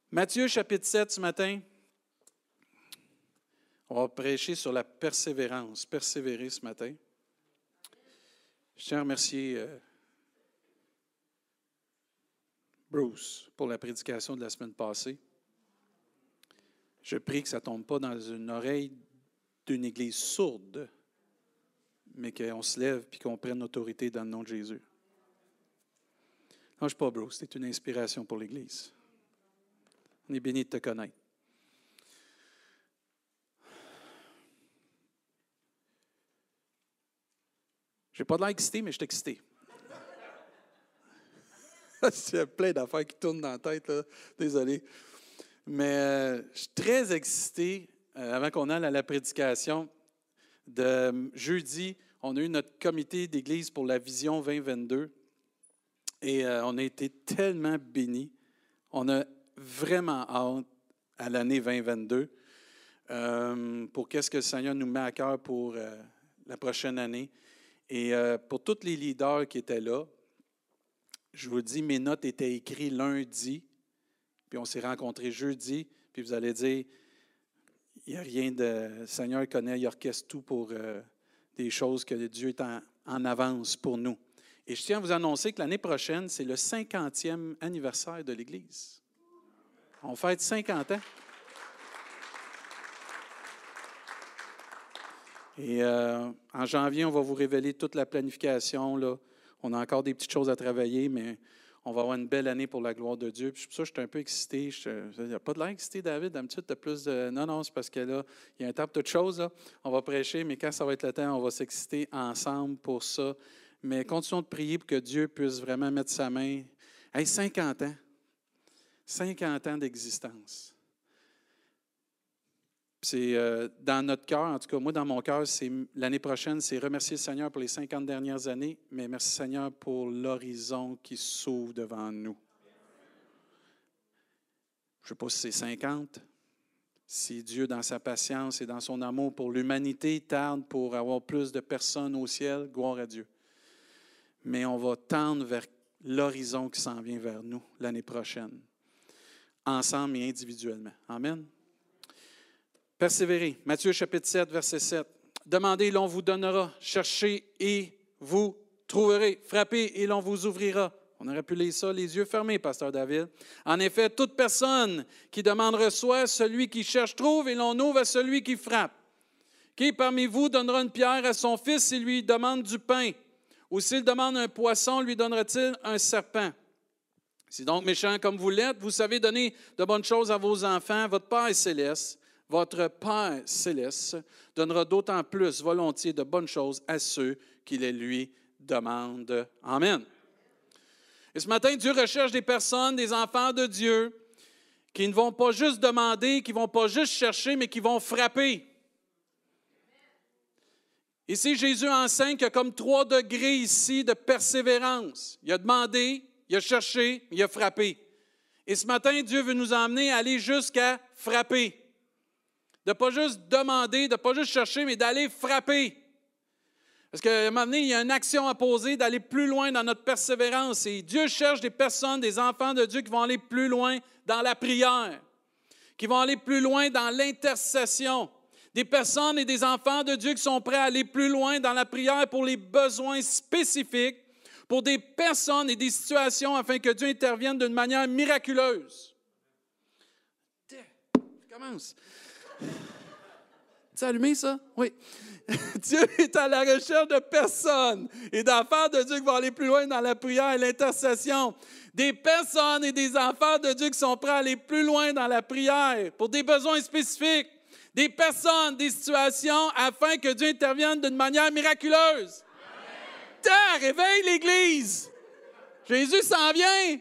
Matthieu chapitre 7 ce matin, on va prêcher sur la persévérance, persévérer ce matin. Je tiens à remercier Bruce pour la prédication de la semaine passée. Je prie que ça ne tombe pas dans une oreille d'une église sourde, mais qu'on se lève et qu'on prenne autorité dans le nom de Jésus. Lâche pas, Bruce, c'est une inspiration pour l'Église. On est béni de te connaître. Je n'ai pas de l'air excité, mais je suis excité. Il y a plein d'affaires qui tournent dans la tête, là. Désolé. Mais je suis très excité, avant qu'on aille à la prédication, de jeudi, on a eu notre comité d'église pour la vision 2022 et on a été tellement bénis. On a vraiment hâte à l'année 2022 pour qu'est-ce que le Seigneur nous met à cœur pour la prochaine année. Et pour tous les leaders qui étaient là, je vous dis, mes notes étaient écrites lundi, puis on s'est rencontrés jeudi, puis vous allez dire, il n'y a rien de... Le Seigneur connaît, il orchestre tout pour des choses que Dieu est en avance pour nous. Et je tiens à vous annoncer que l'année prochaine, c'est le 50e anniversaire de l'Église. On fête 50 ans. Et en janvier, on va vous révéler toute la planification, là. On a encore des petites choses à travailler, mais on va avoir une belle année pour la gloire de Dieu. Puis pour ça, je suis un peu excité. Il n'y a pas de l'air excité, David. D'habitude, tu as plus de... Non, c'est parce que là, il y a un tas de choses. Là. On va prêcher, mais quand ça va être le temps, on va s'exciter ensemble pour ça. Mais continuons de prier pour que Dieu puisse vraiment mettre sa main. Hey, 50 ans. 50 ans d'existence. C'est dans notre cœur, en tout cas, moi, dans mon cœur, c'est l'année prochaine, c'est remercier le Seigneur pour les 50 dernières années, mais merci Seigneur pour l'horizon qui s'ouvre devant nous. Je ne sais pas si c'est 50, si Dieu, dans sa patience et dans son amour pour l'humanité, tarde pour avoir plus de personnes au ciel, gloire à Dieu. Mais on va tendre vers l'horizon qui s'en vient vers nous l'année prochaine, ensemble et individuellement. Amen. Persévérez. Matthieu chapitre 7, verset 7. Demandez et l'on vous donnera. Cherchez et vous trouverez. Frappez et l'on vous ouvrira. On aurait pu lire ça les yeux fermés, pasteur David. En effet, toute personne qui demande reçoit, celui qui cherche trouve et l'on ouvre à celui qui frappe. Qui parmi vous donnera une pierre à son fils s'il lui demande du pain? Ou s'il demande un poisson, lui donnera-t-il un serpent? Si donc méchant comme vous l'êtes, vous savez donner de bonnes choses à vos enfants, votre Père céleste. Votre Père céleste donnera d'autant plus volontiers de bonnes choses à ceux qui les lui demandent. Amen. Et ce matin, Dieu recherche des personnes, des enfants de Dieu, qui ne vont pas juste demander, qui ne vont pas juste chercher, mais qui vont frapper. Ici, Jésus enseigne qu'il y a comme 3 degrés ici de persévérance. Il a demandé, il a cherché, il a frappé. Et ce matin, Dieu veut nous emmener à aller jusqu'à frapper. De ne pas juste demander, de ne pas juste chercher, mais d'aller frapper. Parce qu'à un moment donné, il y a une action à poser, d'aller plus loin dans notre persévérance. Et Dieu cherche des personnes, des enfants de Dieu qui vont aller plus loin dans la prière, qui vont aller plus loin dans l'intercession. Des personnes et des enfants de Dieu qui sont prêts à aller plus loin dans la prière pour les besoins spécifiques, pour des personnes et des situations afin que Dieu intervienne d'une manière miraculeuse. Je commence. Tu as allumé ça? Oui. Dieu est à la recherche de personnes et d'enfants de Dieu qui vont aller plus loin dans la prière et l'intercession. Des personnes et des enfants de Dieu qui sont prêts à aller plus loin dans la prière pour des besoins spécifiques. Des personnes, des situations afin que Dieu intervienne d'une manière miraculeuse. Tiens, réveille l'Église. Jésus s'en vient.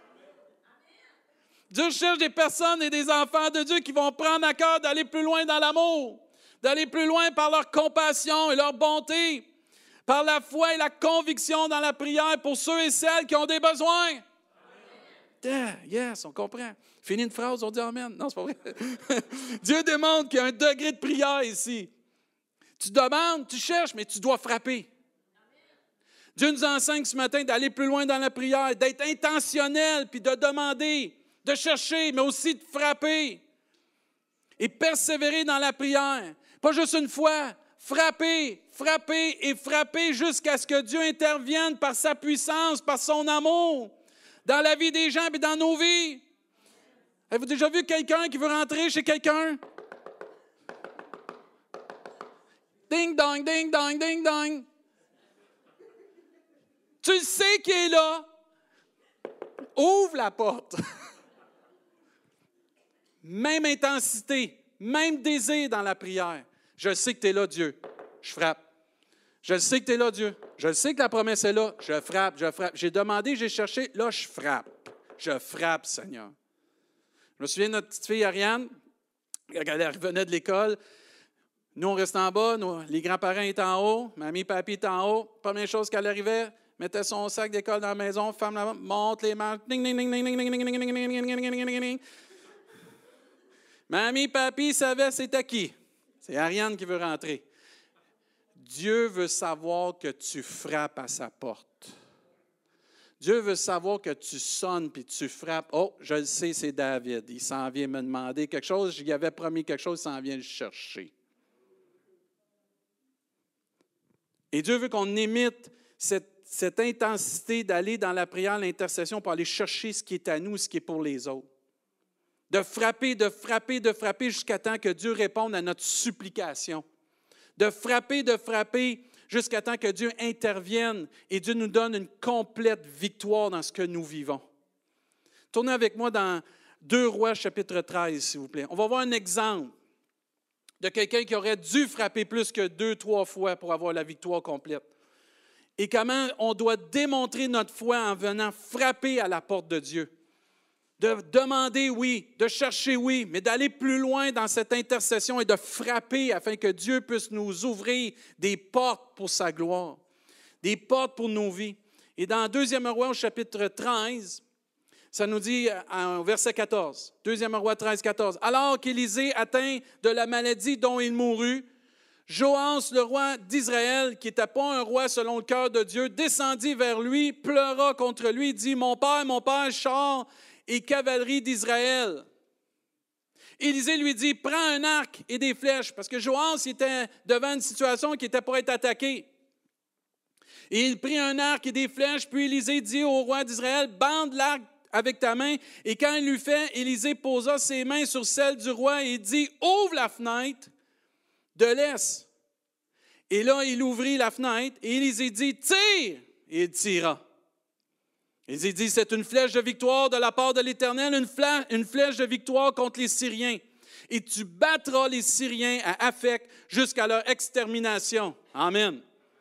Dieu cherche des personnes et des enfants de Dieu qui vont prendre à cœur d'aller plus loin dans l'amour, d'aller plus loin par leur compassion et leur bonté, par la foi et la conviction dans la prière pour ceux et celles qui ont des besoins. Yeah, yes, on comprend. Fini une phrase, on dit amen. Non, c'est pas vrai. Dieu démontre qu'il y a un degré de prière ici. Tu demandes, tu cherches, mais tu dois frapper. Dieu nous enseigne ce matin d'aller plus loin dans la prière, d'être intentionnel, puis de demander. de chercher, mais aussi de frapper. Et persévérer dans la prière. Pas juste une fois, frapper, frapper et frapper jusqu'à ce que Dieu intervienne par sa puissance, par son amour, dans la vie des gens et dans nos vies. Avez-vous déjà vu quelqu'un qui veut rentrer chez quelqu'un? Ding dong, ding dong, ding dong. Tu sais qu'il est là. Ouvre la porte. Même intensité, même désir dans la prière. Je sais que tu es là, Dieu. Je frappe. Je sais que tu es là, Dieu. Je sais que la promesse est là. Je frappe, je frappe. J'ai demandé, j'ai cherché. Là, je frappe. Je frappe, Seigneur. Je me souviens de notre petite fille Ariane, quand elle revenait de l'école. Nous, on restait en bas. Les grands-parents étaient en haut. Mamie et papy étaient en haut. Première chose qu'elle arrivait, mettait son sac d'école dans la maison, ferme la monte les marches. Ding, ding, ding, ding, ding, ding, ding, ding, ding, ding, ding, ding, ding. Mamie, papy savaient c'était qui. C'est Ariane qui veut rentrer. Dieu veut savoir que tu frappes à sa porte. Dieu veut savoir que tu sonnes puis tu frappes. Oh, je le sais, c'est David. Il s'en vient me demander quelque chose. J'y avais promis quelque chose, il s'en vient le chercher. Et Dieu veut qu'on imite cette intensité d'aller dans la prière, l'intercession pour aller chercher ce qui est à nous, ce qui est pour les autres. De frapper, de frapper, de frapper jusqu'à temps que Dieu réponde à notre supplication. De frapper jusqu'à temps que Dieu intervienne et Dieu nous donne une complète victoire dans ce que nous vivons. Tournez avec moi dans 2 Rois, chapitre 13, s'il vous plaît. On va voir un exemple de quelqu'un qui aurait dû frapper plus que 2-3 fois pour avoir la victoire complète. Et comment on doit démontrer notre foi en venant frapper à la porte de Dieu. De demander, oui, de chercher, oui, mais d'aller plus loin dans cette intercession et de frapper afin que Dieu puisse nous ouvrir des portes pour sa gloire, des portes pour nos vies. Et dans 2 Rois, au chapitre 13, ça nous dit, au verset 14, 2 Rois 13, 14, « Alors qu'Élisée atteint de la maladie dont il mourut, Joas, le roi d'Israël, qui n'était pas un roi selon le cœur de Dieu, descendit vers lui, pleura contre lui, dit, « Mon père, char et cavalerie d'Israël. » Élisée lui dit, « Prends un arc et des flèches. » Parce que Joas était devant une situation qui était pour être attaquée. Et il prit un arc et des flèches, puis Élisée dit au roi d'Israël, « Bande l'arc avec ta main. » Et quand il l'eut fait, Élisée posa ses mains sur celles du roi et dit, « Ouvre la fenêtre de l'est. » Et là, il ouvrit la fenêtre et Élisée dit, « Tire! » Et il tira. Élisée dit, « C'est une flèche de victoire de la part de l'Éternel, une flèche de victoire contre les Syriens. Et tu battras les Syriens à Aphek jusqu'à leur extermination. » Amen.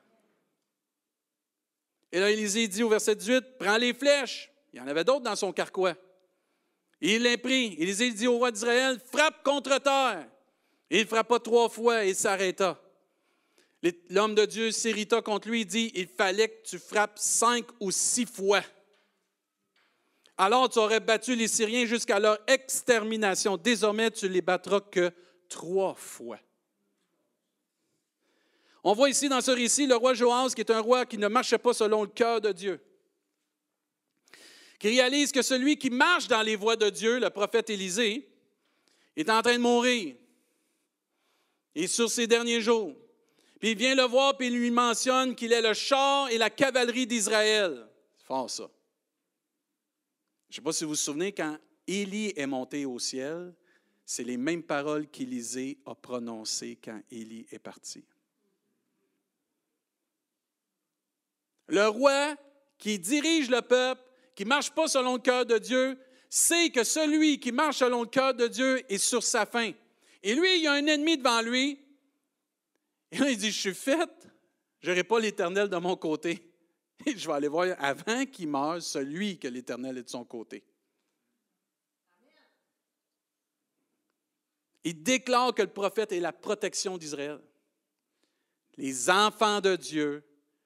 Et là, Élisée dit au verset 18, « Prends les flèches. » Il y en avait d'autres dans son carquois. Et il les prit. Élisée dit au roi d'Israël, « Frappe contre terre. » Et il frappa 3 fois et il s'arrêta. L'homme de Dieu s'irrita contre lui et dit, « Il fallait que tu frappes 5 ou 6 fois. Alors tu aurais battu les Syriens jusqu'à leur extermination. Désormais, tu les battras que 3 fois. » On voit ici dans ce récit le roi Joas, qui est un roi qui ne marchait pas selon le cœur de Dieu, qui réalise que celui qui marche dans les voies de Dieu, le prophète Élisée, est en train de mourir. Et sur ses derniers jours. Puis il vient le voir, puis il lui mentionne qu'il est le char et la cavalerie d'Israël. C'est fort, ça. Je ne sais pas si vous vous souvenez, quand Élie est monté au ciel, c'est les mêmes paroles qu'Élisée a prononcées quand Élie est parti. Le roi qui dirige le peuple, qui ne marche pas selon le cœur de Dieu, sait que celui qui marche selon le cœur de Dieu est sur sa fin. Et lui, il y a un ennemi devant lui. Et là, il dit, « Je suis fait, je n'aurai pas l'Éternel de mon côté. Et je vais aller voir avant qu'il meure celui que l'Éternel est de son côté. » Il déclare que le prophète est la protection d'Israël. Les enfants de Dieu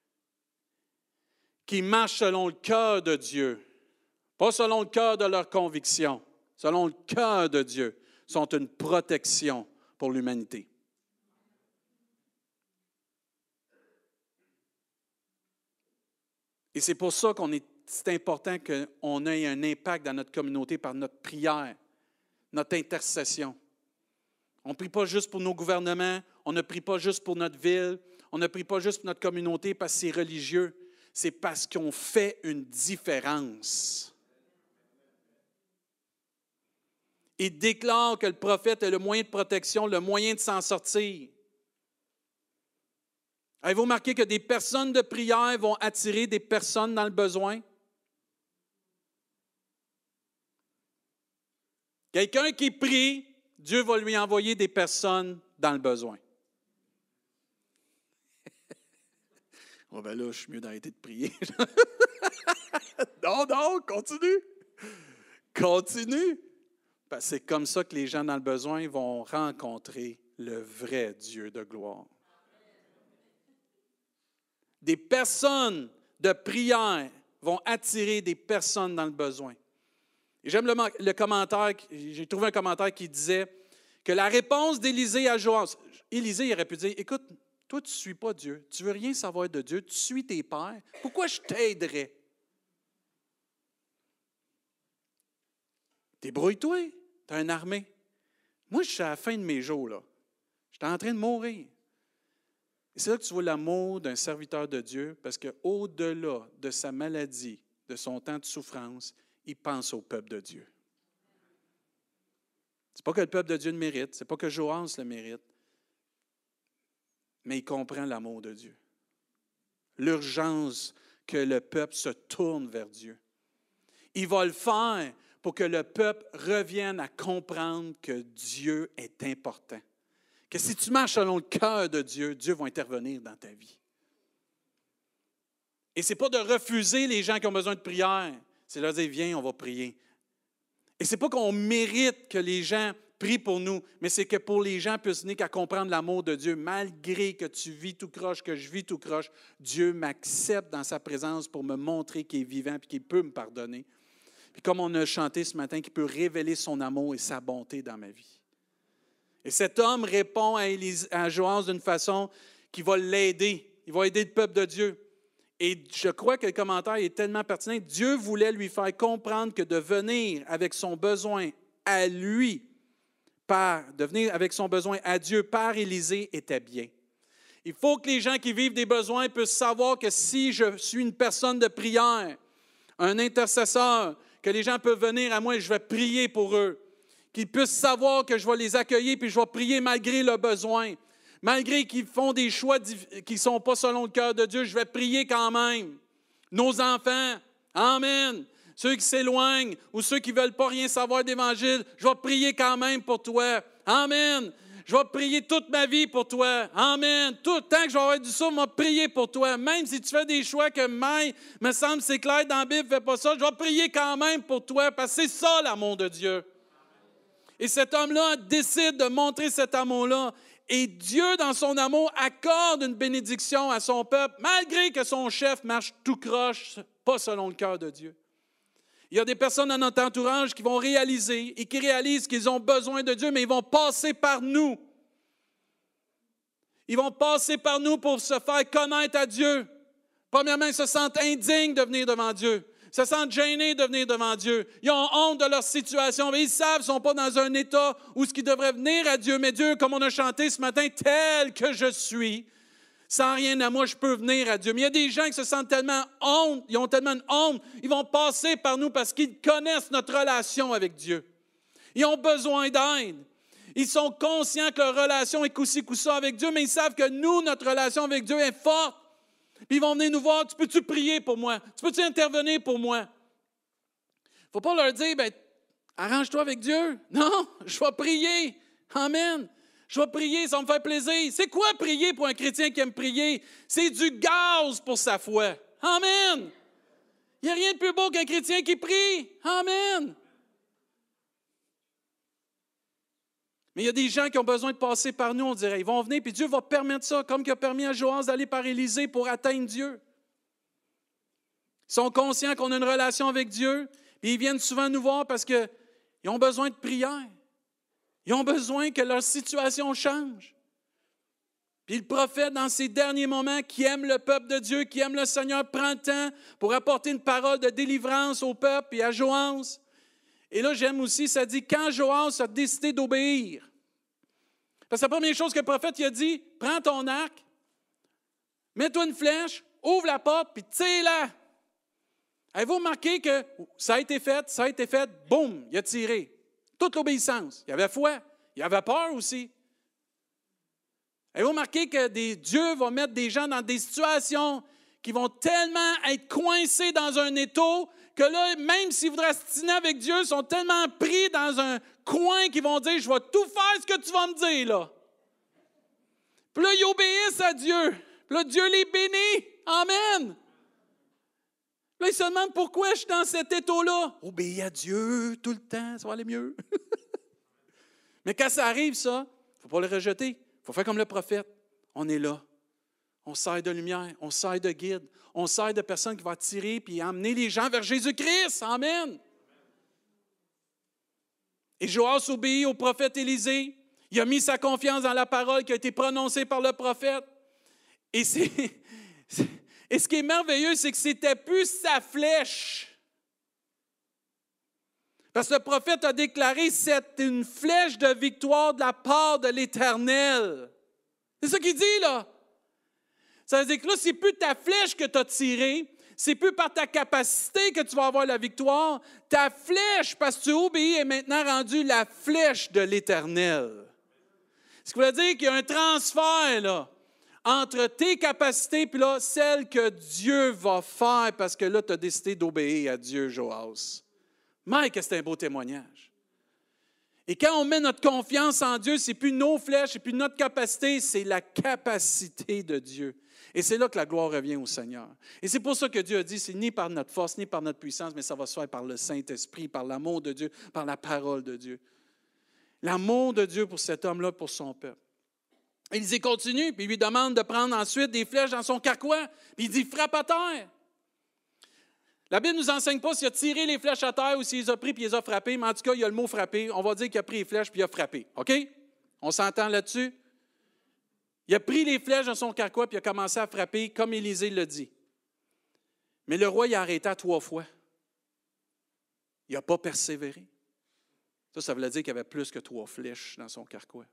qui marchent selon le cœur de Dieu, pas selon le cœur de leur conviction, selon le cœur de Dieu, sont une protection pour l'humanité. Et c'est pour ça qu'on est c'est important qu'on ait un impact dans notre communauté par notre prière, notre intercession. On ne prie pas juste pour nos gouvernements, on ne prie pas juste pour notre ville, on ne prie pas juste pour notre communauté parce que c'est religieux. C'est parce qu'on fait une différence. Il déclare que le prophète est le moyen de protection, le moyen de s'en sortir. Avez-vous remarqué que des personnes de prière vont attirer des personnes dans le besoin? Quelqu'un qui prie, Dieu va lui envoyer des personnes dans le besoin. Oh ben là, je suis mieux d'arrêter de prier. Non, continue. Continue. Parce que c'est comme ça que les gens dans le besoin vont rencontrer le vrai Dieu de gloire. Des personnes de prière vont attirer des personnes dans le besoin. Et j'aime le commentaire, j'ai trouvé un commentaire qui disait que la réponse d'Élisée à Joas, Élisée aurait pu dire, écoute, toi tu ne suis pas Dieu, tu ne veux rien savoir de Dieu, tu suis tes pères, pourquoi je t'aiderais? Débrouille-toi, tu as une armée. Moi, je suis à la fin de mes jours, là. Je suis en train de mourir. Et c'est là que tu vois l'amour d'un serviteur de Dieu, parce qu'au-delà de sa maladie, de son temps de souffrance, il pense au peuple de Dieu. Ce n'est pas que le peuple de Dieu le mérite, ce n'est pas que Joas le mérite, mais il comprend l'amour de Dieu. L'urgence que le peuple se tourne vers Dieu. Il va le faire pour que le peuple revienne à comprendre que Dieu est important. Que si tu marches selon le cœur de Dieu, Dieu va intervenir dans ta vie. Et ce n'est pas de refuser les gens qui ont besoin de prière, c'est de leur dire, viens, on va prier. Et ce n'est pas qu'on mérite que les gens prient pour nous, mais c'est que pour les gens puissent venir qu'à comprendre l'amour de Dieu, malgré que tu vis tout croche, que je vis tout croche, Dieu m'accepte dans sa présence pour me montrer qu'il est vivant et qu'il peut me pardonner. Puis comme on a chanté ce matin, qu'il peut révéler son amour et sa bonté dans ma vie. Et cet homme répond à Joas d'une façon qui va l'aider. Il va aider le peuple de Dieu. Et je crois que le commentaire est tellement pertinent. Dieu voulait lui faire comprendre que de venir avec son besoin à lui, de venir avec son besoin à Dieu par Élisée était bien. Il faut que les gens qui vivent des besoins puissent savoir que si je suis une personne de prière, un intercesseur, que les gens peuvent venir à moi et je vais prier pour eux. Qu'ils puissent savoir que je vais les accueillir puis je vais prier malgré le besoin. Malgré qu'ils font des choix qui ne sont pas selon le cœur de Dieu, je vais prier quand même. Nos enfants, amen. Ceux qui s'éloignent ou ceux qui ne veulent pas rien savoir d'Évangile, je vais prier quand même pour toi. Amen. Je vais prier toute ma vie pour toi. Amen. Tout le temps que je vais avoir du souffle, je vais prier pour toi. Même si tu fais des choix que me semble c'est clair dans la Bible, fais pas ça, je vais prier quand même pour toi parce que c'est ça l'amour de Dieu. Et cet homme-là décide de montrer cet amour-là. Et Dieu, dans son amour, accorde une bénédiction à son peuple, malgré que son chef marche tout croche, pas selon le cœur de Dieu. Il y a des personnes dans notre entourage qui vont réaliser et qui réalisent qu'ils ont besoin de Dieu, mais ils vont passer par nous. Ils vont passer par nous pour se faire connaître à Dieu. Premièrement, ils se sentent indignes de venir devant Dieu. Ils se sentent gênés de venir devant Dieu. Ils ont honte de leur situation, mais ils savent qu'ils ne sont pas dans un état où ils devraient venir à Dieu. Mais Dieu, comme on a chanté ce matin, tel que je suis, sans rien à moi, je peux venir à Dieu. Mais il y a des gens qui se sentent tellement honte, ils ont tellement de honte, ils vont passer par nous parce qu'ils connaissent notre relation avec Dieu. Ils ont besoin d'aide. Ils sont conscients que leur relation est coup-ci, coup-ça avec Dieu, mais ils savent que nous, notre relation avec Dieu est forte. Puis ils vont venir nous voir, tu peux-tu prier pour moi? Tu peux-tu intervenir pour moi? Il ne faut pas leur dire, arrange-toi avec Dieu. Non, je vais prier. Amen. Je vais prier, ça va me faire plaisir. C'est quoi prier pour un chrétien qui aime prier? C'est du gaz pour sa foi. Amen. Il n'y a rien de plus beau qu'un chrétien qui prie. Amen. Mais il y a des gens qui ont besoin de passer par nous, on dirait. Ils vont venir, puis Dieu va permettre ça, comme il a permis à Joas d'aller par Élisée pour atteindre Dieu. Ils sont conscients qu'on a une relation avec Dieu, puis ils viennent souvent nous voir parce qu'ils ont besoin de prière. Ils ont besoin que leur situation change. Puis le prophète, dans ses derniers moments, qui aime le peuple de Dieu, qui aime le Seigneur, prend le temps pour apporter une parole de délivrance au peuple et à Joas. Et là, j'aime aussi, ça dit, quand Joas a décidé d'obéir. Parce que la première chose que le prophète il a dit, prends ton arc, mets-toi une flèche, ouvre la porte, puis tire-la. Avez-vous remarqué que ça a été fait, boum, il a tiré. Toute l'obéissance. Il y avait foi, il y avait peur aussi. Avez-vous remarqué que Dieu va mettre des gens dans des situations qui vont tellement être coincés dans un étau que là, même s'ils voudraient s'astiner avec Dieu, ils sont tellement pris dans un coin qu'ils vont dire, je vais tout faire ce que tu vas me dire, là. Puis là, ils obéissent à Dieu. Puis là, Dieu les bénit. Amen. Là, ils se demandent pourquoi je suis dans cet étau-là. Obéis à Dieu tout le temps, ça va aller mieux. Mais quand ça arrive, ça, il ne faut pas le rejeter. Il faut faire comme le prophète. On est là. On sert de lumière, on sert de guide, on sert de personnes qui vont attirer et emmener les gens vers Jésus-Christ. Amen. Et Joas obéit au prophète Élisée. Il a mis sa confiance dans la parole qui a été prononcée par le prophète. Et ce qui est merveilleux, c'est que ce n'était plus sa flèche. Parce que le prophète a déclaré, c'est une flèche de victoire de la part de l'Éternel. C'est ça qu'il dit, là. Ça veut dire que là, ce n'est plus ta flèche que tu as tirée, ce n'est plus par ta capacité que tu vas avoir la victoire. Ta flèche, parce que tu obéis, est maintenant rendue la flèche de l'Éternel. Ce qui veut dire qu'il y a un transfert, là, entre tes capacités et là, celles que Dieu va faire parce que là, tu as décidé d'obéir à Dieu, Joas. Mike, c'est un beau témoignage. Et quand on met notre confiance en Dieu, ce n'est plus nos flèches, ce n'est plus notre capacité, c'est la capacité de Dieu. Et c'est là que la gloire revient au Seigneur. Et c'est pour ça que Dieu a dit, c'est ni par notre force, ni par notre puissance, mais ça va se faire par le Saint-Esprit, par l'amour de Dieu, par la parole de Dieu. L'amour de Dieu pour cet homme-là, pour son peuple. Élisée continue, puis il lui demande de prendre ensuite des flèches dans son carquois, puis il dit, frappe à terre. La Bible ne nous enseigne pas s'il a tiré les flèches à terre ou s'il les a pris et il les a frappées, mais en tout cas, il y a le mot frapper. On va dire qu'il a pris les flèches puis il a frappé. OK? On s'entend là-dessus? Il a pris les flèches dans son carquois puis il a commencé à frapper comme Élisée l'a dit. Mais le roi, il a arrêté à 3 fois. Il n'a pas persévéré. Ça voulait dire qu'il y avait plus que 3 flèches dans son carquois.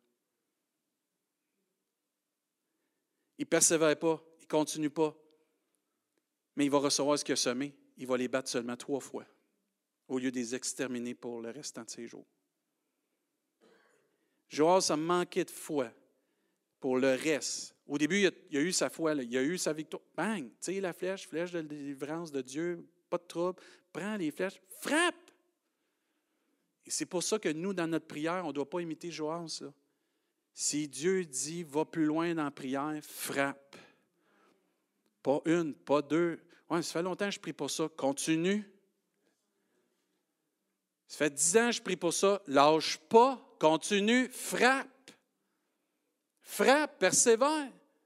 Il ne persévère pas, il ne continue pas, mais il va recevoir ce qu'il a semé. Il va les battre seulement 3 fois, au lieu de les exterminer pour le restant de ses jours. Joas a manqué de foi pour le reste. Au début, il a eu sa foi, là, il a eu sa victoire. Bang! Tire la flèche de délivrance de Dieu, pas de trouble. Prends les flèches, frappe! Et c'est pour ça que nous, dans notre prière, on ne doit pas imiter Joas, là. Si Dieu dit, va plus loin dans la prière, frappe. Pas 1, pas 2. Ouais, ça fait longtemps que je ne prie pas ça. Continue. Ça fait 10 ans que je ne prie pas ça. Lâche pas. Continue. Frappe. Frappe. Persévère.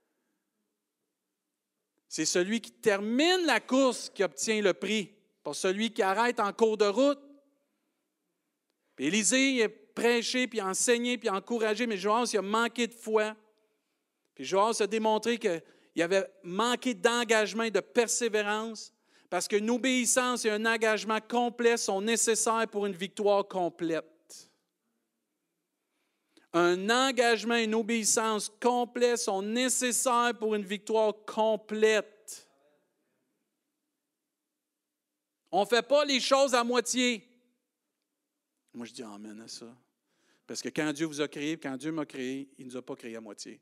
C'est celui qui termine la course qui obtient le prix. Pas celui qui arrête en cours de route. Puis Élisée, il a prêché, puis enseigné, puis encouragé, mais Joas, il a manqué de foi. Puis Joas a démontré qu'il avait manqué d'engagement et de persévérance parce qu'une obéissance et un engagement complet sont nécessaires pour une victoire complète. Un engagement et une obéissance complets sont nécessaires pour une victoire complète. On ne fait pas les choses à moitié. Moi, je dis amen à ça. Parce que quand Dieu vous a créé, quand Dieu m'a créé, il ne nous a pas créé à moitié.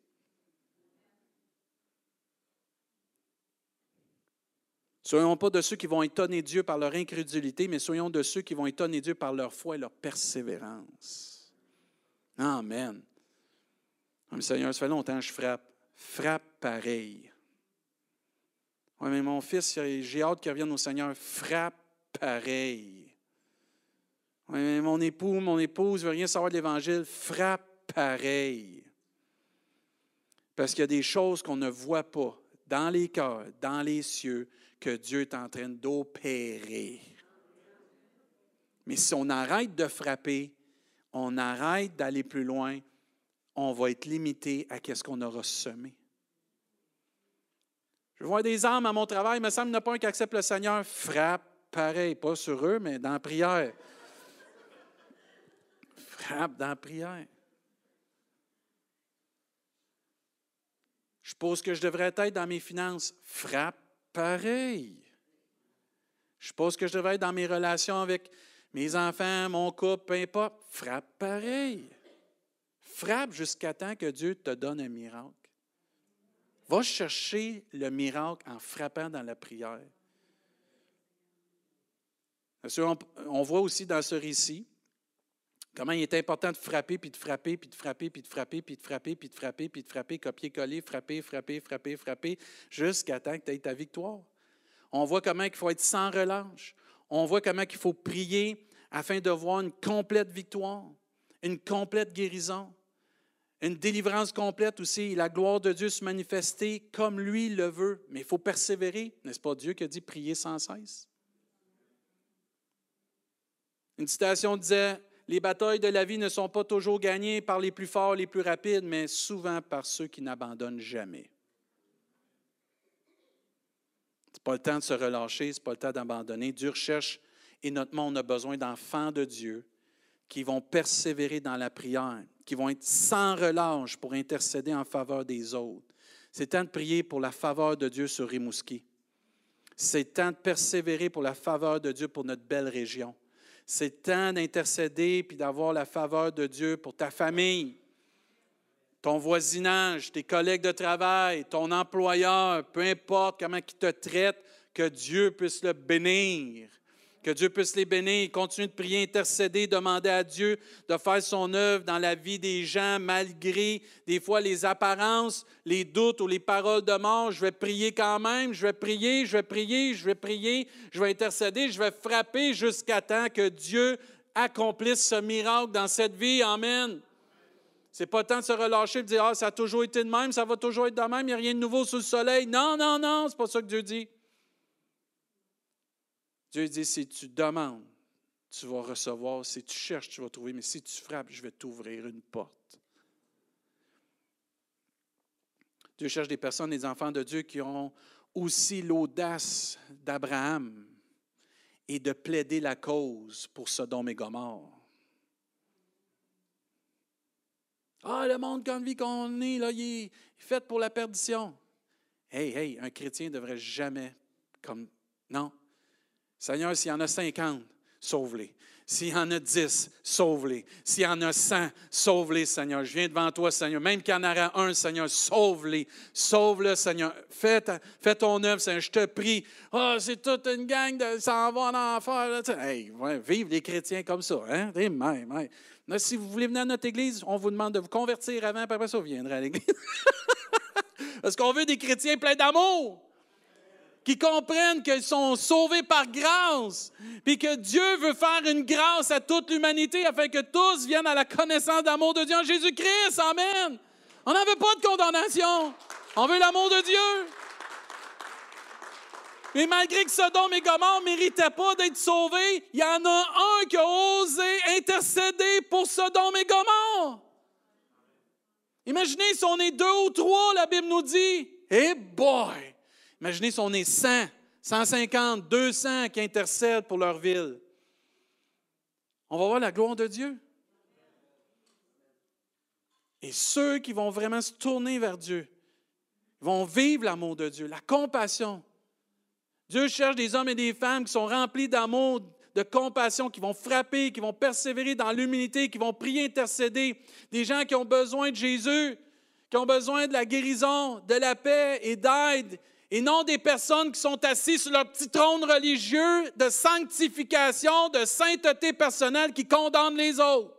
Soyons pas de ceux qui vont étonner Dieu par leur incrédulité, mais soyons de ceux qui vont étonner Dieu par leur foi et leur persévérance. Amen. Mais Seigneur, ça fait longtemps que je frappe. Frappe pareil. Oui, mais mon fils, j'ai hâte qu'il revienne au Seigneur. Frappe pareil. Oui, mais mon époux, mon épouse ne veut rien savoir de l'Évangile. Frappe pareil. Parce qu'il y a des choses qu'on ne voit pas dans les cœurs, dans les cieux, que Dieu est en train d'opérer. Mais si on arrête de frapper, on arrête d'aller plus loin, on va être limité à ce qu'on aura semé. Je vois des âmes à mon travail, il me semble qu'il n'y en a pas un qui accepte le Seigneur. Frappe, pareil, pas sur eux, mais dans la prière. Frappe dans la prière. Je suppose que je devrais être dans mes finances. Frappe, pareil. Je suppose que je devrais être dans mes relations avec mes enfants, mon couple, peu importe. Frappe, pareil. Frappe jusqu'à temps que Dieu te donne un miracle. Va chercher le miracle en frappant dans la prière. Bien sûr, on voit aussi dans ce récit comment il est important de frapper, puis de frapper, puis de frapper, puis de frapper, puis de frapper, puis de frapper, puis de frapper, copier-coller, frapper, frapper, frapper, frapper, jusqu'à temps que tu aies ta victoire. On voit comment il faut être sans relâche. On voit comment il faut prier afin de voir une complète victoire, une complète guérison, une délivrance complète aussi, la gloire de Dieu se manifester comme lui le veut. Mais il faut persévérer. N'est-ce pas Dieu qui a dit prier sans cesse? Une citation disait, « Les batailles de la vie ne sont pas toujours gagnées par les plus forts, les plus rapides, mais souvent par ceux qui n'abandonnent jamais. » Ce n'est pas le temps de se relâcher, ce n'est pas le temps d'abandonner. Dieu recherche et notre monde a besoin d'enfants de Dieu qui vont persévérer dans la prière, qui vont être sans relâche pour intercéder en faveur des autres. C'est temps de prier pour la faveur de Dieu sur Rimouski. C'est temps de persévérer pour la faveur de Dieu pour notre belle région. C'est temps d'intercéder puis d'avoir la faveur de Dieu pour ta famille, ton voisinage, tes collègues de travail, ton employeur, peu importe comment il te traite, que Dieu puisse le bénir. Que Dieu puisse les bénir, continuer de prier, intercéder, demander à Dieu de faire son œuvre dans la vie des gens, malgré des fois les apparences, les doutes ou les paroles de mort. Je vais prier quand même, je vais prier, je vais prier, je vais prier, je vais intercéder, je vais frapper jusqu'à temps que Dieu accomplisse ce miracle dans cette vie. Amen. C'est pas le temps de se relâcher et de dire « Ah, ça a toujours été de même, ça va toujours être de même, il n'y a rien de nouveau sous le soleil. » Non, non, non, c'est pas ça que Dieu dit. Dieu dit, si tu demandes, tu vas recevoir. Si tu cherches, tu vas trouver. Mais si tu frappes, je vais t'ouvrir une porte. Dieu cherche des personnes, des enfants de Dieu qui ont aussi l'audace d'Abraham et de plaider la cause pour Sodome et Gomorrhe. Ah, le monde comme vie qu'on est, là, il est fait pour la perdition. Hey, un chrétien ne devrait jamais comme... Non. Seigneur, s'il y en a 50, sauve-les. S'il y en a 10, sauve-les. S'il y en a 100, sauve-les, Seigneur. Je viens devant toi, Seigneur. Même qu'il y en aura un, Seigneur, sauve-les. Sauve-le, Seigneur. Fais ton œuvre, Seigneur. Je te prie. Ah, c'est toute une gang de s'en va en enfer. Hey, vive les chrétiens comme ça. Hein? Même. Là, si vous voulez venir à notre église, on vous demande de vous convertir avant, puis après ça, vous viendrez à l'église. Parce qu'on veut des chrétiens pleins d'amour, qui comprennent qu'ils sont sauvés par grâce, puis que Dieu veut faire une grâce à toute l'humanité afin que tous viennent à la connaissance d'amour de Dieu en Jésus-Christ. Amen. On n'en veut pas de condamnation. On veut l'amour de Dieu. Mais malgré que Sodome et Gomorrhe ne méritaient pas d'être sauvés, il y en a un qui a osé intercéder pour Sodome et Gomorrhe. Imaginez si on est 2 ou 3, la Bible nous dit. Hey boy! Imaginez si on est 100, 150, 200 qui intercèdent pour leur ville. On va voir la gloire de Dieu. Et ceux qui vont vraiment se tourner vers Dieu, vont vivre l'amour de Dieu, la compassion. Dieu cherche des hommes et des femmes qui sont remplis d'amour, de compassion, qui vont frapper, qui vont persévérer dans l'humilité, qui vont prier, intercéder. Des gens qui ont besoin de Jésus, qui ont besoin de la guérison, de la paix et d'aide. Et non des personnes qui sont assises sur leur petit trône religieux de sanctification, de sainteté personnelle qui condamnent les autres.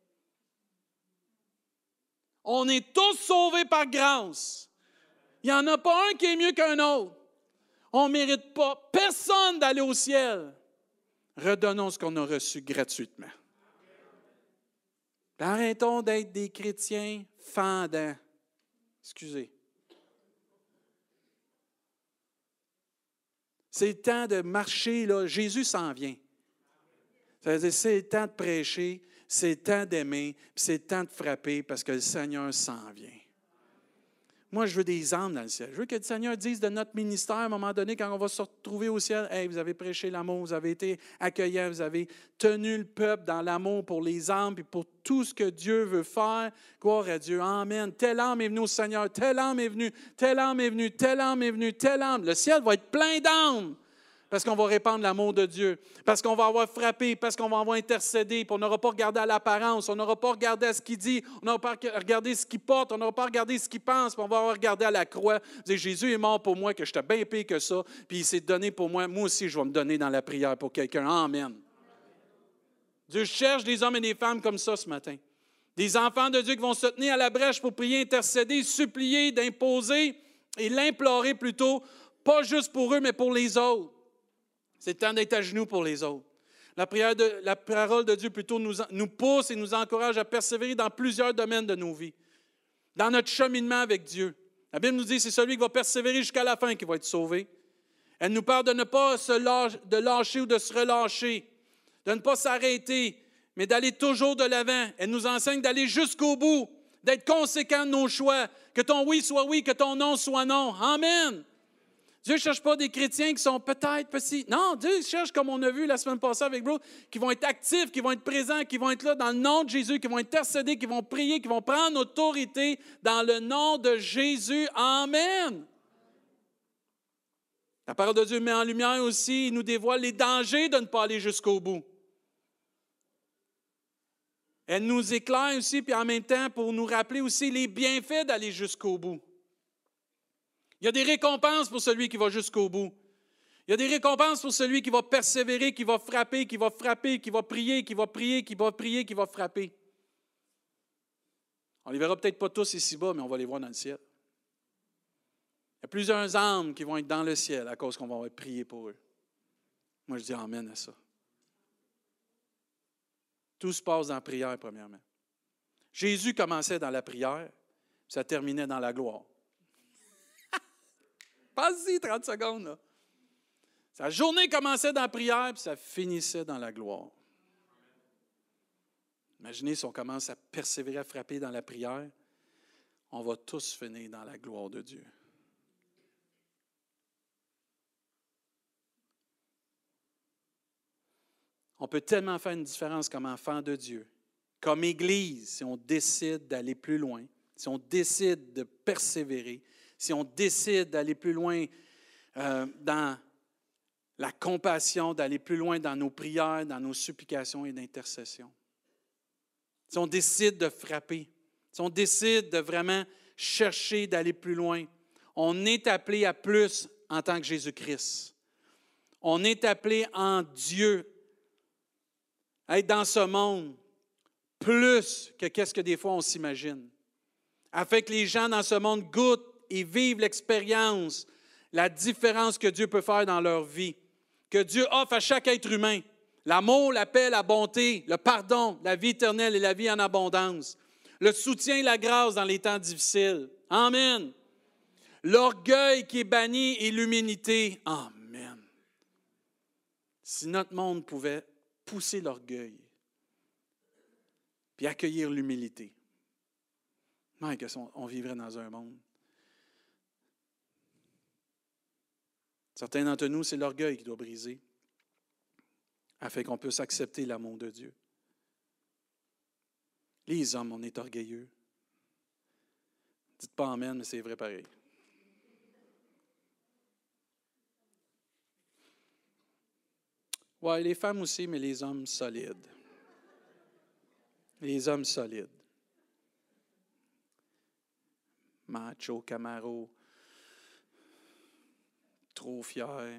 On est tous sauvés par grâce. Il n'y en a pas un qui est mieux qu'un autre. On ne mérite pas personne d'aller au ciel. Redonnons ce qu'on a reçu gratuitement. Arrêtons d'être des chrétiens fendants. Excusez. C'est le temps de marcher, là. Jésus s'en vient. Ça veut dire, c'est le temps de prêcher, c'est le temps d'aimer, puis c'est le temps de frapper parce que le Seigneur s'en vient. Moi, je veux des âmes dans le ciel. Je veux que le Seigneur dise de notre ministère, à un moment donné, quand on va se retrouver au ciel, « Hey, vous avez prêché l'amour, vous avez été accueillants, vous avez tenu le peuple dans l'amour pour les âmes et pour tout ce que Dieu veut faire. Gloire à Dieu. Amen. Telle âme est venue au Seigneur, telle âme est venue, telle âme est venue, telle âme est venue, telle âme. » Le ciel va être plein d'âmes. Parce qu'on va répandre l'amour de Dieu, parce qu'on va avoir frappé, parce qu'on va avoir intercédé, puis on n'aura pas regardé à l'apparence, on n'aura pas regardé à ce qu'il dit, on n'aura pas regardé ce qu'il porte, on n'aura pas regardé ce qu'il pense, puis on va avoir regardé à la croix. Dire, Jésus est mort pour moi, que j'étais bien pire que ça, puis il s'est donné pour moi. Moi aussi, je vais me donner dans la prière pour quelqu'un. Amen. Dieu cherche des hommes et des femmes comme ça ce matin. Des enfants de Dieu qui vont se tenir à la brèche pour prier, intercéder, supplier, d'imposer et l'implorer plutôt, pas juste pour eux, mais pour les autres. C'est le temps d'être à genoux pour les autres. La parole de Dieu plutôt nous pousse et nous encourage à persévérer dans plusieurs domaines de nos vies, dans notre cheminement avec Dieu. La Bible nous dit que c'est celui qui va persévérer jusqu'à la fin qui va être sauvé. Elle nous parle de ne pas de lâcher ou de se relâcher, de ne pas s'arrêter, mais d'aller toujours de l'avant. Elle nous enseigne d'aller jusqu'au bout, d'être conséquent de nos choix, que ton oui soit oui, que ton non soit non. Amen. Dieu ne cherche pas des chrétiens qui sont peut-être petits. Non, Dieu cherche, comme on a vu la semaine passée avec Bro, qui vont être actifs, qui vont être présents, qui vont être là dans le nom de Jésus, qui vont intercéder, qui vont prier, qui vont prendre autorité dans le nom de Jésus. Amen. La parole de Dieu met en lumière aussi, il nous dévoile les dangers de ne pas aller jusqu'au bout. Elle nous éclaire aussi, puis en même temps, pour nous rappeler aussi les bienfaits d'aller jusqu'au bout. Il y a des récompenses pour celui qui va jusqu'au bout. Il y a des récompenses pour celui qui va persévérer, qui va frapper, qui va frapper, qui va prier, qui va prier, qui va prier, qui va frapper. On ne les verra peut-être pas tous ici-bas, mais on va les voir dans le ciel. Il y a plusieurs âmes qui vont être dans le ciel à cause qu'on va prier pour eux. Moi, je dis amen à ça. Tout se passe dans la prière, premièrement. Jésus commençait dans la prière, ça terminait dans la gloire. Passe-y 30 secondes. Là. Sa journée commençait dans la prière, puis ça finissait dans la gloire. Imaginez si on commence à persévérer, à frapper dans la prière, on va tous finir dans la gloire de Dieu. On peut tellement faire une différence comme enfant de Dieu, comme Église, si on décide d'aller plus loin, si on décide de persévérer, si on décide d'aller plus loin dans la compassion, d'aller plus loin dans nos prières, dans nos supplications et d'intercession. Si on décide de frapper, si on décide de vraiment chercher d'aller plus loin, on est appelé à plus en tant que Jésus-Christ. On est appelé en Dieu à être dans ce monde plus que qu'est-ce que des fois on s'imagine. Afin que les gens dans ce monde goûtent et vivent l'expérience, la différence que Dieu peut faire dans leur vie, que Dieu offre à chaque être humain. L'amour, la paix, la bonté, le pardon, la vie éternelle et la vie en abondance. Le soutien et la grâce dans les temps difficiles. Amen. L'orgueil qui est banni et l'humilité. Amen. Si notre monde pouvait pousser l'orgueil puis accueillir l'humilité, on vivrait dans un monde. Certains d'entre nous, c'est l'orgueil qui doit briser afin qu'on puisse accepter l'amour de Dieu. Les hommes, on est orgueilleux. Dites pas amen, mais c'est vrai pareil. Oui, les femmes aussi, mais les hommes solides. Les hommes solides. Macho, Camaro, trop fier,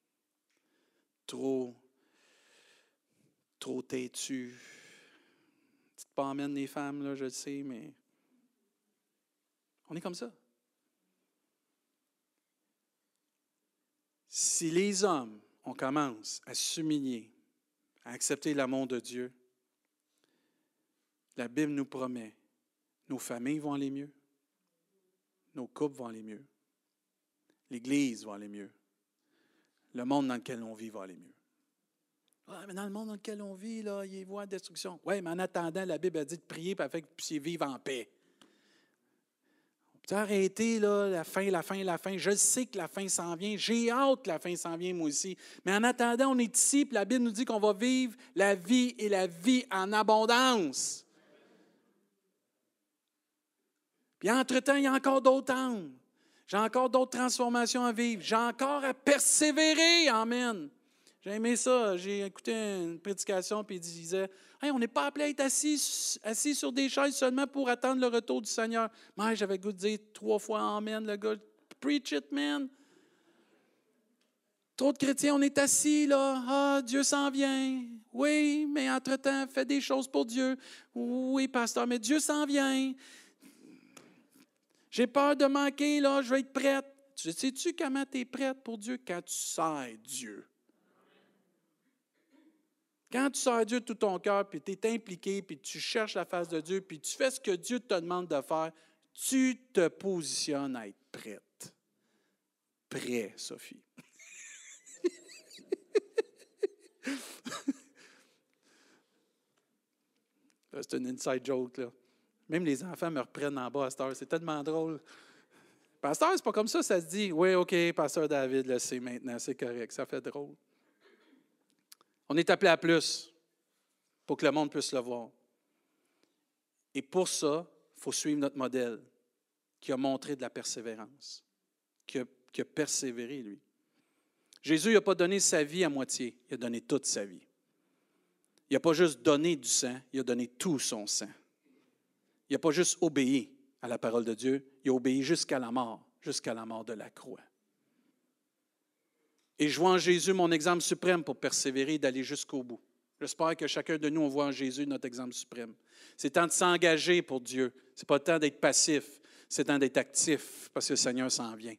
trop têtu. Dites pas emmène les femmes, là, je le sais, mais on est comme ça. Si les hommes, on commence à s'humilier, à accepter l'amour de Dieu, la Bible nous promet, nos familles vont aller mieux, nos couples vont aller mieux, l'Église va aller mieux, le monde dans lequel on vit va aller mieux. Ah, mais dans le monde dans lequel on vit, là, il y a voie de destruction. Oui, mais en attendant, la Bible a dit de prier afin que vous puissiez vivre en paix. Tu as arrêté, là, la fin. Je sais que la fin s'en vient. J'ai hâte que la fin s'en vienne, moi aussi. Mais en attendant, on est ici, puis la Bible nous dit qu'on va vivre la vie et la vie en abondance. Puis entre-temps, il y a encore d'autres âmes. J'ai encore d'autres transformations à vivre. J'ai encore à persévérer. Amen. J'ai aimé ça. J'ai écouté une prédication, puis il disait, hey, on n'est pas appelé à être assis sur des chaises seulement pour attendre le retour du Seigneur. Mais j'avais le goût de dire 3 fois Amen, le gars. Preach it, man. Trop de chrétiens, on est assis, là. Ah, Dieu s'en vient. Oui, mais entre-temps, fais des choses pour Dieu. Oui, pasteur, mais Dieu s'en vient. J'ai peur de manquer, là, je vais être prête. Sais-tu comment tu es prête pour Dieu? Quand tu sers Dieu. Quand tu sers Dieu de tout ton cœur, puis tu es impliqué, puis tu cherches la face de Dieu, puis tu fais ce que Dieu te demande de faire, tu te positionnes à être prête. Prêt, Sophie. C'est une inside joke, là. Même les enfants me reprennent en bas à cette heure. C'est tellement drôle. Pasteur, c'est pas comme ça se dit. Oui, OK, pasteur David le sait maintenant, c'est correct, ça fait drôle. On est appelé à plus pour que le monde puisse le voir. Et pour ça, il faut suivre notre modèle qui a montré de la persévérance, qui a persévéré, lui. Jésus n'a pas donné sa vie à moitié, il a donné toute sa vie. Il n'a pas juste donné du sang, il a donné tout son sang. Il n'a pas juste obéi à la parole de Dieu, il a obéi jusqu'à la mort de la croix. Et je vois en Jésus mon exemple suprême pour persévérer et d'aller jusqu'au bout. J'espère que chacun de nous, on voit en Jésus notre exemple suprême. C'est temps de s'engager pour Dieu. Ce n'est pas le temps d'être passif, c'est le temps d'être actif parce que le Seigneur s'en vient.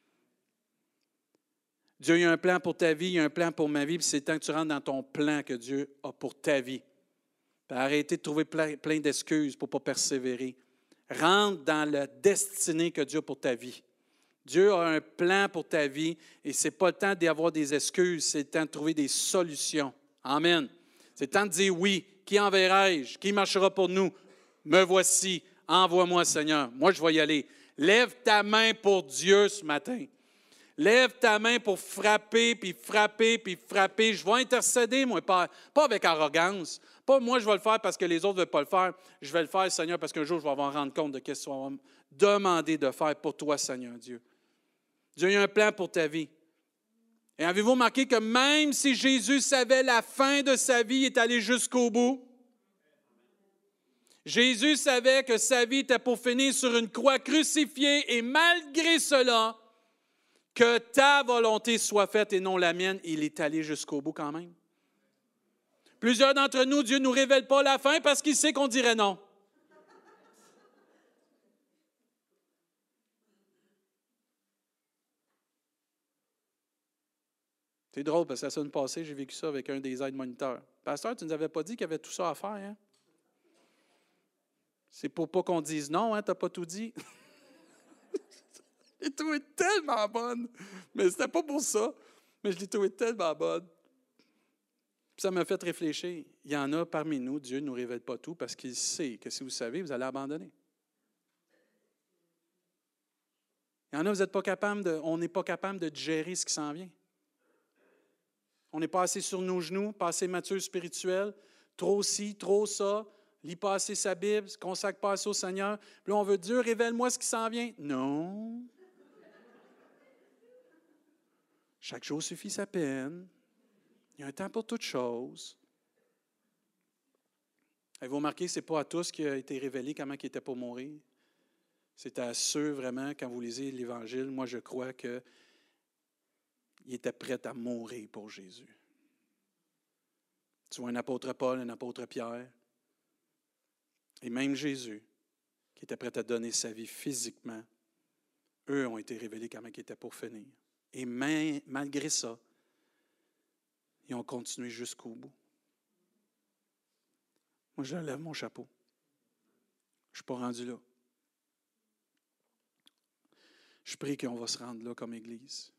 Dieu, il y a un plan pour ta vie, il y a un plan pour ma vie, puis c'est le temps que tu rentres dans ton plan que Dieu a pour ta vie. Puis arrêtez de trouver plein d'excuses pour ne pas persévérer. Rentre dans la destinée que Dieu a pour ta vie. Dieu a un plan pour ta vie et ce n'est pas le temps d'y avoir des excuses, c'est le temps de trouver des solutions. Amen. C'est le temps de dire oui. Qui enverrai-je? Qui marchera pour nous? Me voici. Envoie-moi, Seigneur. Moi, je vais y aller. Lève ta main pour Dieu ce matin. Lève ta main pour frapper, puis frapper, puis frapper. Je vais intercéder, moi, pas avec arrogance. Pas moi, je vais le faire parce que les autres ne veulent pas le faire. Je vais le faire, Seigneur, parce qu'un jour, je vais m'en rendre compte de ce que tu vas me demander de faire pour toi, Seigneur Dieu. Dieu a un plan pour ta vie. Et avez-vous remarqué que même si Jésus savait la fin de sa vie, il est allé jusqu'au bout? Jésus savait que sa vie était pour finir sur une croix crucifiée et malgré cela, que ta volonté soit faite et non la mienne, il est allé jusqu'au bout quand même. Plusieurs d'entre nous, Dieu ne nous révèle pas la fin parce qu'il sait qu'on dirait non. C'est drôle parce que la semaine passée, j'ai vécu ça avec un des aides-moniteurs. Pasteur, tu ne nous avais pas dit qu'il y avait tout ça à faire, hein? C'est pour pas qu'on dise non, hein? Tu n'as pas tout dit. Je l'ai trouvé tellement bonne. Mais c'était pas pour ça. Mais je l'ai trouvé tellement bonne. Puis ça m'a fait réfléchir. Il y en a parmi nous, Dieu ne nous révèle pas tout parce qu'il sait que si vous savez, vous allez abandonner. Il y en a, vous n'êtes pas capable on n'est pas capable de digérer ce qui s'en vient. On n'est pas assez sur nos genoux, pas assez mature spirituel, trop ci, trop ça, lit pas assez sa Bible, ne consacre pas assez au Seigneur. Puis là, on veut Dieu, révèle-moi ce qui s'en vient. Non. Chaque jour suffit sa peine. Il y a un temps pour toutes choses. Avez-vous remarqué que ce n'est pas à tous qui a été révélé comment il était pour mourir? C'est à ceux vraiment, quand vous lisez l'Évangile, moi je crois qu'il était prêt à mourir pour Jésus. Tu vois un apôtre Paul, un apôtre Pierre, et même Jésus, qui était prêt à donner sa vie physiquement, eux ont été révélés comment il était pour finir. Et malgré ça, ils ont continué jusqu'au bout. Moi, je lève mon chapeau. Je ne suis pas rendu là. Je prie qu'on va se rendre là comme Église.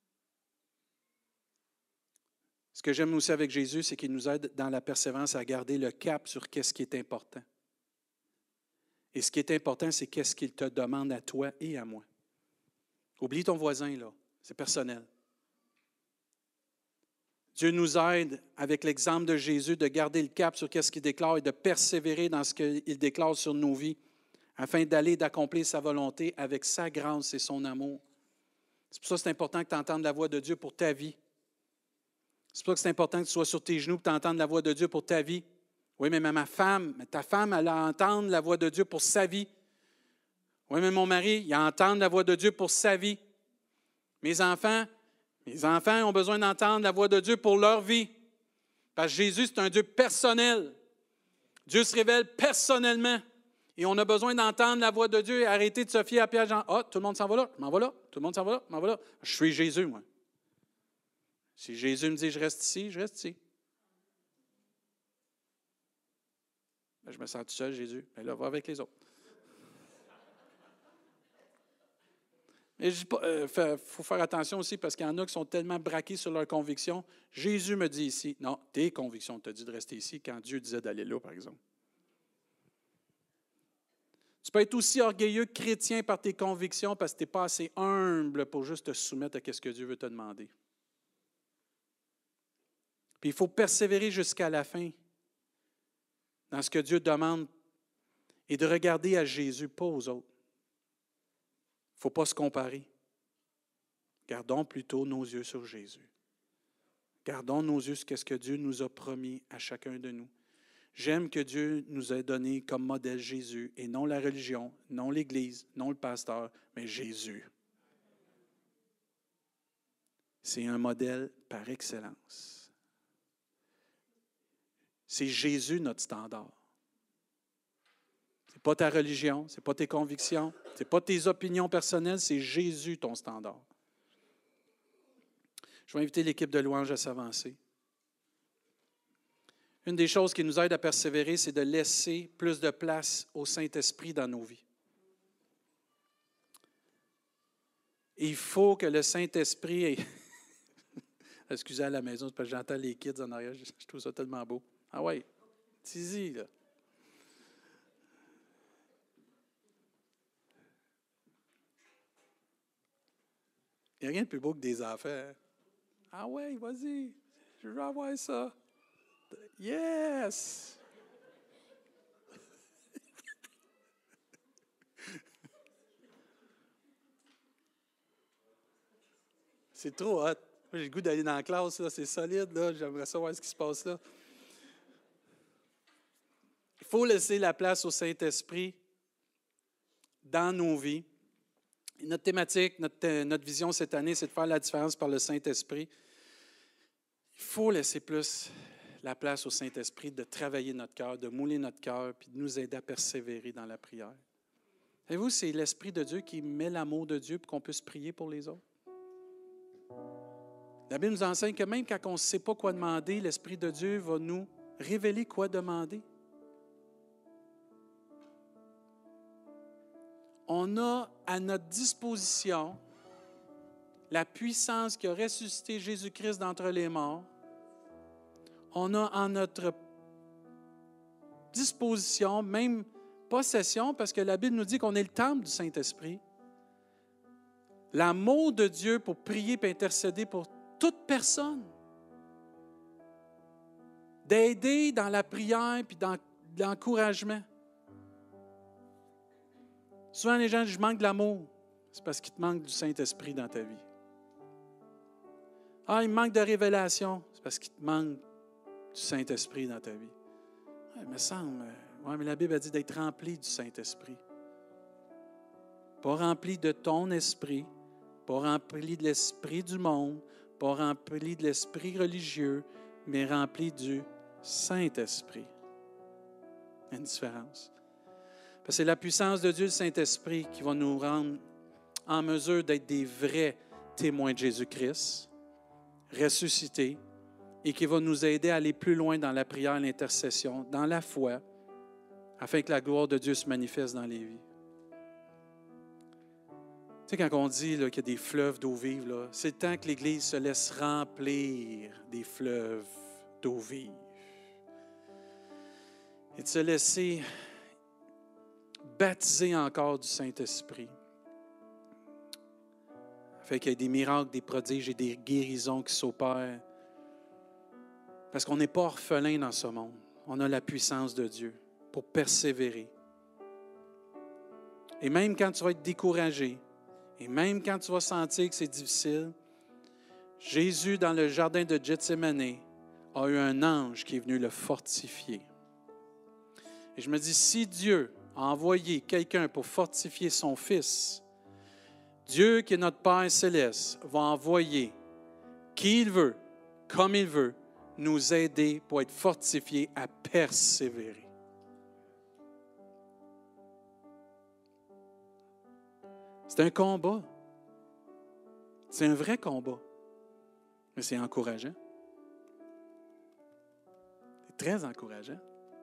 Ce que j'aime aussi avec Jésus, c'est qu'il nous aide dans la persévérance à garder le cap sur qu'est-ce qui est important. Et ce qui est important, c'est qu'est-ce qu'il te demande à toi et à moi. Oublie ton voisin, là. C'est personnel. Dieu nous aide, avec l'exemple de Jésus, de garder le cap sur ce qu'il déclare et de persévérer dans ce qu'il déclare sur nos vies, afin d'aller et d'accomplir sa volonté avec sa grâce et son amour. C'est pour ça que c'est important que tu entendes la voix de Dieu pour ta vie. C'est pour ça que c'est important que tu sois sur tes genoux et que tu entendes la voix de Dieu pour ta vie. Oui, mais ta femme, elle a entendre la voix de Dieu pour sa vie. Oui, mais mon mari, il a entendre la voix de Dieu pour sa vie. Mes enfants ont besoin d'entendre la voix de Dieu pour leur vie. Parce que Jésus, c'est un Dieu personnel. Dieu se révèle personnellement. Et on a besoin d'entendre la voix de Dieu et arrêter de se fier à Pierre-Jean. Ah, tout le monde s'en va là, je m'en vais là. Tout le monde s'en va là, je m'en vais là. Je suis Jésus, moi. Si Jésus me dit je reste ici, je reste ici. Ben, je me sens tout seul, Jésus. Mais là, va avec les autres. Mais il faut faire attention aussi parce qu'il y en a qui sont tellement braqués sur leurs convictions. Jésus me dit ici, non, tes convictions te dit de rester ici quand Dieu disait d'aller là, par exemple. Tu peux être aussi orgueilleux chrétien par tes convictions parce que tu n'es pas assez humble pour juste te soumettre à ce que Dieu veut te demander. Puis il faut persévérer jusqu'à la fin dans ce que Dieu demande et de regarder à Jésus, pas aux autres. Il ne faut pas se comparer. Gardons plutôt nos yeux sur Jésus. Gardons nos yeux sur ce que Dieu nous a promis à chacun de nous. J'aime que Dieu nous ait donné comme modèle Jésus et non la religion, non l'Église, non le pasteur, mais Jésus. C'est un modèle par excellence. C'est Jésus notre standard. Ce n'est pas ta religion, ce n'est pas tes convictions, ce n'est pas tes opinions personnelles, c'est Jésus ton standard. Je vais inviter l'équipe de louange à s'avancer. Une des choses qui nous aide à persévérer, c'est de laisser plus de place au Saint-Esprit dans nos vies. Et il faut que le Saint-Esprit ait... Excusez à la maison, parce que j'entends les kids en arrière, je trouve ça tellement beau. Ah ouais, Tizi, là. Il n'y a rien de plus beau que des enfants. Ah ouais, vas-y, je veux avoir ça. Yes! C'est trop hot. Moi, j'ai le goût d'aller dans la classe, là. C'est solide, là. J'aimerais savoir ce qui se passe là. Il faut laisser la place au Saint-Esprit dans nos vies. Et notre thématique, notre vision cette année, c'est de faire la différence par le Saint-Esprit. Il faut laisser plus la place au Saint-Esprit de travailler notre cœur, de mouler notre cœur, puis de nous aider à persévérer dans la prière. Savez-vous, c'est l'Esprit de Dieu qui met l'amour de Dieu pour qu'on puisse prier pour les autres. La Bible nous enseigne que même quand on ne sait pas quoi demander, l'Esprit de Dieu va nous révéler quoi demander. On a à notre disposition la puissance qui a ressuscité Jésus-Christ d'entre les morts. On a en notre disposition, même possession, parce que la Bible nous dit qu'on est le temple du Saint-Esprit, l'amour de Dieu pour prier et intercéder pour toute personne, d'aider dans la prière et dans l'encouragement. Souvent, les gens disent « je manque de l'amour ». C'est parce qu'il te manque du Saint-Esprit dans ta vie. « Ah, il me manque de révélation ». C'est parce qu'il te manque du Saint-Esprit dans ta vie. Il me semble, mais la Bible a dit d'être rempli du Saint-Esprit. Pas rempli de ton esprit, pas rempli de l'esprit du monde, pas rempli de l'esprit religieux, mais rempli du Saint-Esprit. Il y a une différence. Parce que c'est la puissance de Dieu, le Saint-Esprit, qui va nous rendre en mesure d'être des vrais témoins de Jésus-Christ, ressuscités, et qui va nous aider à aller plus loin dans la prière, l'intercession, dans la foi, afin que la gloire de Dieu se manifeste dans les vies. Tu sais, quand on dit là, qu'il y a des fleuves d'eau vive, là, c'est le temps que l'Église se laisse remplir des fleuves d'eau vive. Et de se laisser baptisés encore du Saint-Esprit, afin qu'il y ait des miracles, des prodiges et des guérisons qui s'opèrent. Parce qu'on n'est pas orphelin dans ce monde. On a la puissance de Dieu pour persévérer. Et même quand tu vas être découragé, et même quand tu vas sentir que c'est difficile, Jésus, dans le jardin de Gethsémani, a eu un ange qui est venu le fortifier. Et je me dis, si Dieu a envoyé quelqu'un pour fortifier son Fils, Dieu, qui est notre Père céleste, va envoyer qui il veut, comme il veut, nous aider pour être fortifiés à persévérer. C'est un combat. C'est un vrai combat. Mais c'est encourageant. C'est très encourageant.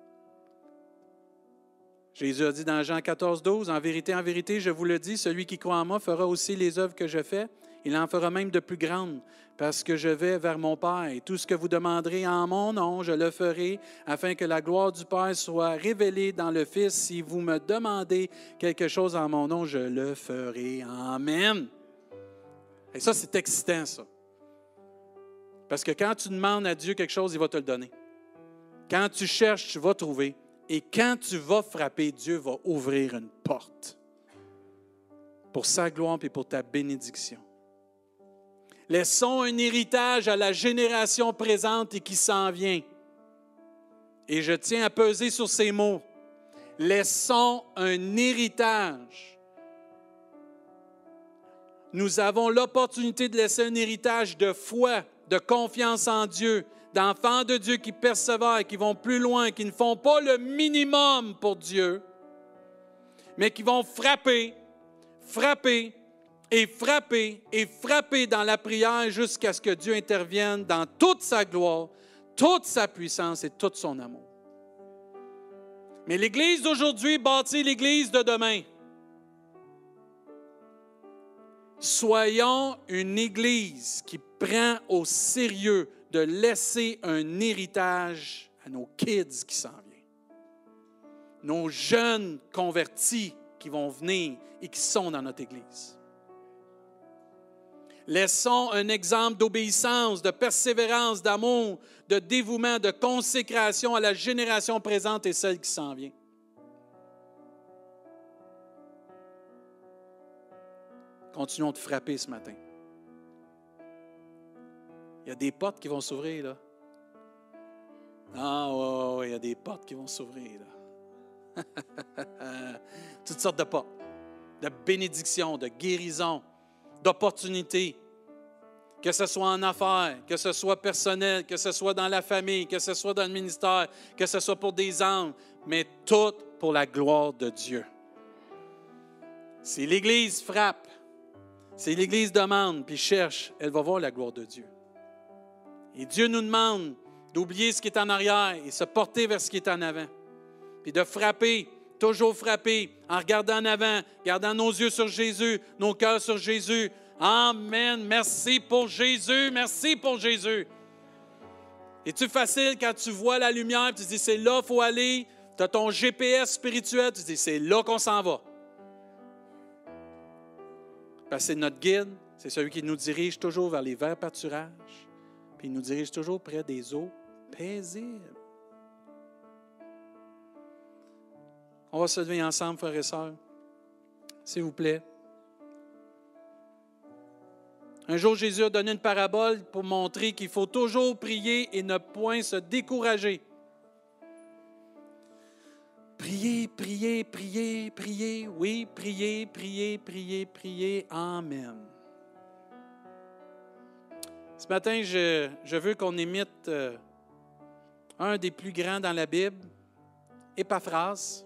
Jésus a dit dans Jean 14, 12, « En vérité, je vous le dis, celui qui croit en moi fera aussi les œuvres que je fais. Il en fera même de plus grandes, parce que je vais vers mon Père. Et tout ce que vous demanderez en mon nom, je le ferai, afin que la gloire du Père soit révélée dans le Fils. Si vous me demandez quelque chose en mon nom, je le ferai. Amen. » Et ça, c'est excitant, ça. Parce que quand tu demandes à Dieu quelque chose, il va te le donner. Quand tu cherches, tu vas trouver. Et quand tu vas frapper, Dieu va ouvrir une porte pour sa gloire et pour ta bénédiction. Laissons un héritage à la génération présente et qui s'en vient. Et je tiens à peser sur ces mots. Laissons un héritage. Nous avons l'opportunité de laisser un héritage de foi, de confiance en Dieu, d'enfants de Dieu qui persévèrent, qui vont plus loin, qui ne font pas le minimum pour Dieu, mais qui vont frapper, frapper et frapper et frapper dans la prière jusqu'à ce que Dieu intervienne dans toute sa gloire, toute sa puissance et tout son amour. Mais l'Église d'aujourd'hui bâtit l'Église de demain. Soyons une Église qui prend au sérieux de laisser un héritage à nos kids qui s'en viennent, nos jeunes convertis qui vont venir et qui sont dans notre Église. Laissons un exemple d'obéissance, de persévérance, d'amour, de dévouement, de consécration à la génération présente et celle qui s'en vient. Continuons de frapper ce matin. Il y a des portes qui vont s'ouvrir, là. Ah, ouais, il y a des portes qui vont s'ouvrir, là. Toutes sortes de portes. De bénédiction, de guérison, d'opportunités. Que ce soit en affaires, que ce soit personnel, que ce soit dans la famille, que ce soit dans le ministère, que ce soit pour des âmes, mais tout pour la gloire de Dieu. Si l'Église frappe, si l'Église demande puis cherche, elle va voir la gloire de Dieu. Et Dieu nous demande d'oublier ce qui est en arrière et se porter vers ce qui est en avant. Puis de frapper, toujours frapper, en regardant en avant, gardant nos yeux sur Jésus, nos cœurs sur Jésus. Amen. Merci pour Jésus. Merci pour Jésus. Es-tu facile quand tu vois la lumière, tu te dis c'est là qu'il faut aller, tu as ton GPS spirituel, tu te dis c'est là qu'on s'en va. Parce que c'est notre guide, c'est celui qui nous dirige toujours vers les verts pâturages. Puis il nous dirige toujours près des eaux paisibles. On va se lever ensemble, frères et sœurs. S'il vous plaît. Un jour, Jésus a donné une parabole pour montrer qu'il faut toujours prier et ne point se décourager. Priez, priez, priez, priez. Oui, priez, priez, priez, priez. Amen. Ce matin, je veux qu'on imite un des plus grands dans la Bible, Épaphras,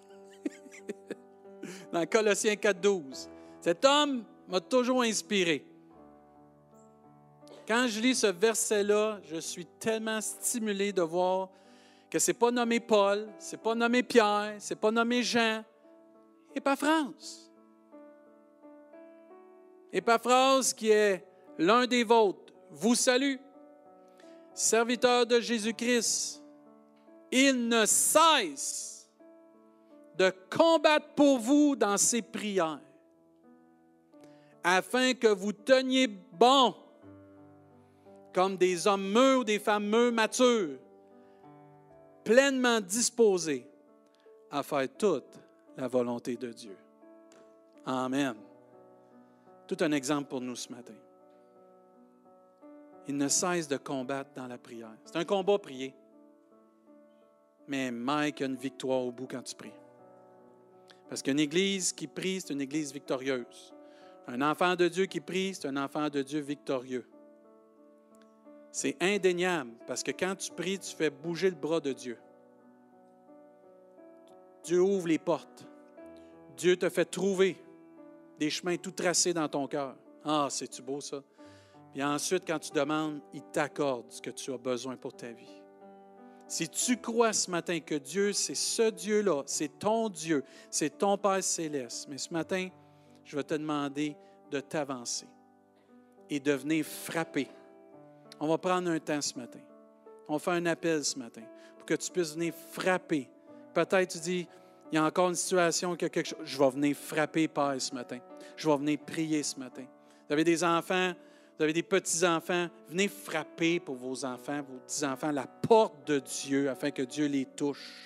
dans Colossiens 4,12. Cet homme m'a toujours inspiré. Quand je lis ce verset-là, je suis tellement stimulé de voir que ce n'est pas nommé Paul, ce n'est pas nommé Pierre, ce n'est pas nommé Jean. Épaphras. Épaphras qui est l'un des vôtres, vous salue, serviteur de Jésus-Christ. Il ne cesse de combattre pour vous dans ces prières, afin que vous teniez bon comme des hommes mûrs ou des femmes mûres matures, pleinement disposés à faire toute la volonté de Dieu. Amen. Tout un exemple pour nous ce matin. Il ne cesse de combattre dans la prière. C'est un combat prier. Mais Mike a une victoire au bout quand tu pries. Parce qu'une église qui prie, c'est une église victorieuse. Un enfant de Dieu qui prie, c'est un enfant de Dieu victorieux. C'est indéniable, parce que quand tu pries, tu fais bouger le bras de Dieu. Dieu ouvre les portes. Dieu te fait trouver des chemins tout tracés dans ton cœur. Ah, c'est-tu beau ça? Puis ensuite, quand tu demandes, il t'accorde ce que tu as besoin pour ta vie. Si tu crois ce matin que Dieu, c'est ce Dieu-là, c'est ton Dieu, c'est ton Père céleste, mais ce matin, je vais te demander de t'avancer et de venir frapper. On va prendre un temps ce matin. On va faire un appel ce matin pour que tu puisses venir frapper. Peut-être tu dis, il y a encore une situation, qu'il y a quelque chose. Je vais venir frapper Père ce matin. Je vais venir prier ce matin. Vous avez des enfants, vous avez des petits-enfants, venez frapper pour vos enfants, vos petits-enfants, la porte de Dieu afin que Dieu les touche.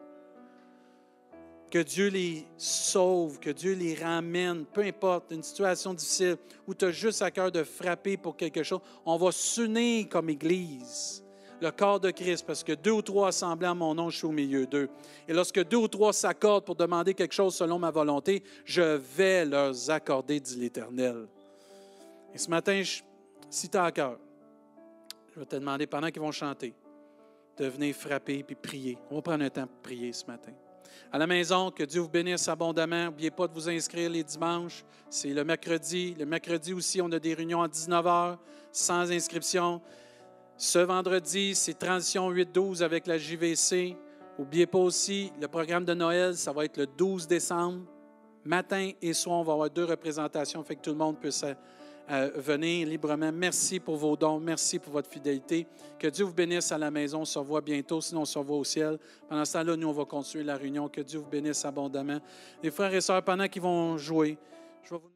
Que Dieu les sauve, que Dieu les ramène, peu importe, une situation difficile où tu as juste à cœur de frapper pour quelque chose. On va s'unir comme Église, le corps de Christ, parce que 2 ou 3 assemblés en mon nom, je suis au milieu d'eux. Et lorsque 2 ou 3 s'accordent pour demander quelque chose selon ma volonté, je vais leur accorder, dit l'Éternel. Et ce matin, si tu as à cœur, je vais te demander, pendant qu'ils vont chanter, de venir frapper puis prier. On va prendre un temps pour prier ce matin. À la maison, que Dieu vous bénisse abondamment. N'oubliez pas de vous inscrire les dimanches. C'est le mercredi. Le mercredi aussi, on a des réunions à 19h, sans inscription. Ce vendredi, c'est Transition 8-12 avec la JVC. N'oubliez pas aussi, le programme de Noël, ça va être le 12 décembre. Matin et soir, on va avoir 2 représentations, fait que tout le monde peut venir librement. Merci pour vos dons. Merci pour votre fidélité. Que Dieu vous bénisse à la maison. On se revoit bientôt, sinon on se revoit au ciel. Pendant ce temps-là, nous, on va continuer la réunion. Que Dieu vous bénisse abondamment. Les frères et sœurs, pendant qu'ils vont jouer, je vais vous